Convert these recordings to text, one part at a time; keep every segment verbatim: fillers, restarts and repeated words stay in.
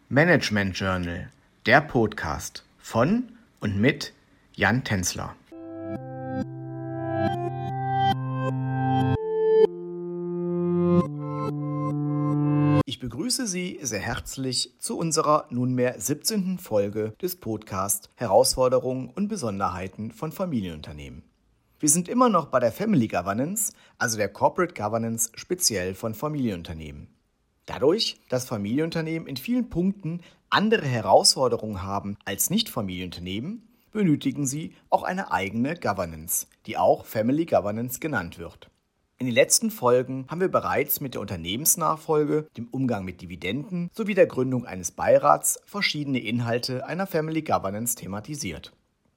Management Journal, der Podcast von und mit Jan Tänzler. Ich begrüße Sie sehr herzlich zu unserer nunmehr siebzehnten Folge des Podcasts Herausforderungen und Besonderheiten von Familienunternehmen. Wir sind immer noch bei der Family Governance, also der Corporate Governance speziell von Familienunternehmen. Dadurch, dass Familienunternehmen in vielen Punkten andere Herausforderungen haben als Nicht-Familienunternehmen, benötigen sie auch eine eigene Governance, die auch Family Governance genannt wird. In den letzten Folgen haben wir bereits mit der Unternehmensnachfolge, dem Umgang mit Dividenden sowie der Gründung eines Beirats verschiedene Inhalte einer Family Governance thematisiert.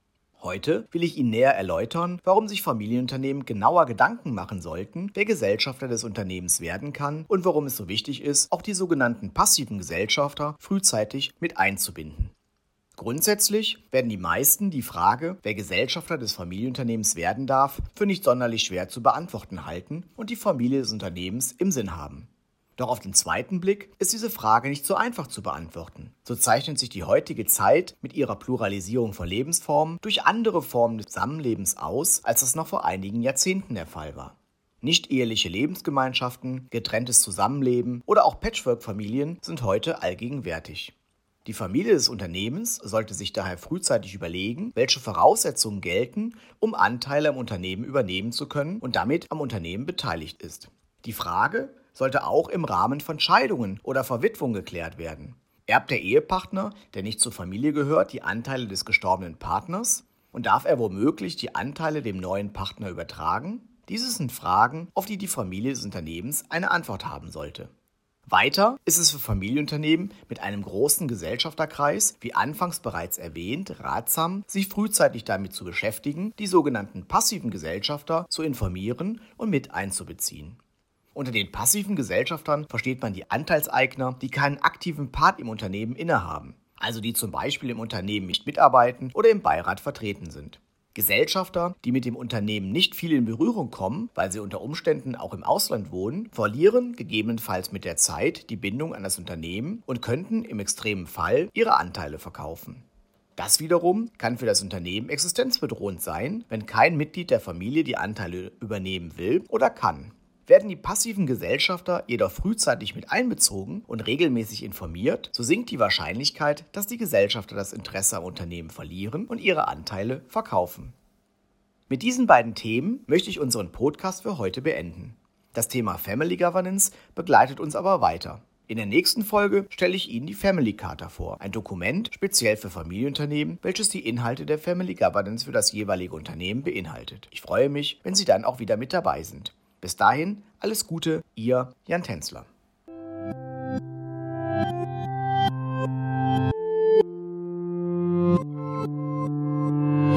Heute will ich Ihnen näher erläutern, warum sich Familienunternehmen genauer Gedanken machen sollten, wer Gesellschafter des Unternehmens werden kann und warum es so wichtig ist, auch die sogenannten passiven Gesellschafter frühzeitig mit einzubinden. Grundsätzlich werden die meisten die Frage, wer Gesellschafter des Familienunternehmens werden darf, für nicht sonderlich schwer zu beantworten halten und die Familie des Unternehmens im Sinn haben. Doch auf den zweiten Blick ist diese Frage nicht so einfach zu beantworten. So zeichnet sich die heutige Zeit mit ihrer Pluralisierung von Lebensformen durch andere Formen des Zusammenlebens aus, als das noch vor einigen Jahrzehnten der Fall war. Nicht-eheliche Lebensgemeinschaften, getrenntes Zusammenleben oder auch Patchwork-Familien sind heute allgegenwärtig. Die Familie des Unternehmens sollte sich daher frühzeitig überlegen, welche Voraussetzungen gelten, um Anteile am Unternehmen übernehmen zu können und damit am Unternehmen beteiligt ist. Die Frage sollte auch im Rahmen von Scheidungen oder Verwitwung geklärt werden. Erbt der Ehepartner, der nicht zur Familie gehört, die Anteile des gestorbenen Partners und darf er womöglich die Anteile dem neuen Partner übertragen? Dies sind Fragen, auf die die Familie des Unternehmens eine Antwort haben sollte. Weiter ist es für Familienunternehmen mit einem großen Gesellschafterkreis, wie anfangs bereits erwähnt, ratsam, sich frühzeitig damit zu beschäftigen, die sogenannten passiven Gesellschafter zu informieren und mit einzubeziehen. Unter den passiven Gesellschaftern versteht man die Anteilseigner, die keinen aktiven Part im Unternehmen innehaben, also die zum Beispiel im Unternehmen nicht mitarbeiten oder im Beirat vertreten sind. Gesellschafter, die mit dem Unternehmen nicht viel in Berührung kommen, weil sie unter Umständen auch im Ausland wohnen, verlieren gegebenenfalls mit der Zeit die Bindung an das Unternehmen und könnten im extremen Fall ihre Anteile verkaufen. Das wiederum kann für das Unternehmen existenzbedrohend sein, wenn kein Mitglied der Familie die Anteile übernehmen will oder kann. Werden die passiven Gesellschafter jedoch frühzeitig mit einbezogen und regelmäßig informiert, so sinkt die Wahrscheinlichkeit, dass die Gesellschafter das Interesse am Unternehmen verlieren und ihre Anteile verkaufen. Mit diesen beiden Themen möchte ich unseren Podcast für heute beenden. Das Thema Family Governance begleitet uns aber weiter. In der nächsten Folge stelle ich Ihnen die Family Charta vor, ein Dokument speziell für Familienunternehmen, welches die Inhalte der Family Governance für das jeweilige Unternehmen beinhaltet. Ich freue mich, wenn Sie dann auch wieder mit dabei sind. Bis dahin, alles Gute, Ihr Jan Tänzler.